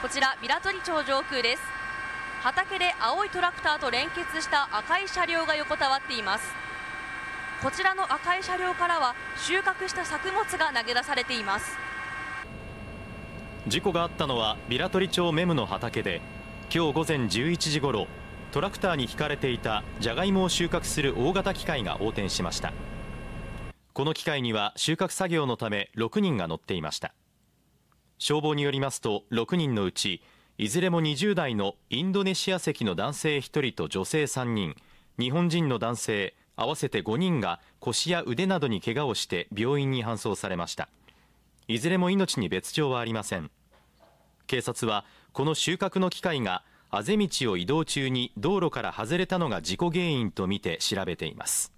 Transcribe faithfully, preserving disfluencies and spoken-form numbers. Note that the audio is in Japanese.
こちら平取町上空です。畑で青いトラクターと連結した赤い車両が横たわっています。こちらの赤い車両からは収穫した作物が投げ出されています。 事故があったのは平取町メムの畑で、今日午前じゅういちじごろ、トラクターに引かれていたジャガイモを収穫する大型機械が横転しました。この機械には収穫作業のためろくにんが乗っていました。消防によりますと、ろくにんのうちいずれもにじゅう代のインドネシア籍の男性ひとりと女性さんにん、日本人の男性合わせてごにんが腰や腕などに怪我をして病院に搬送されました。いずれも命に別状はありません。警察はこの収穫の機械があぜ道を移動中に道路から外れたのが事故原因とみて調べています。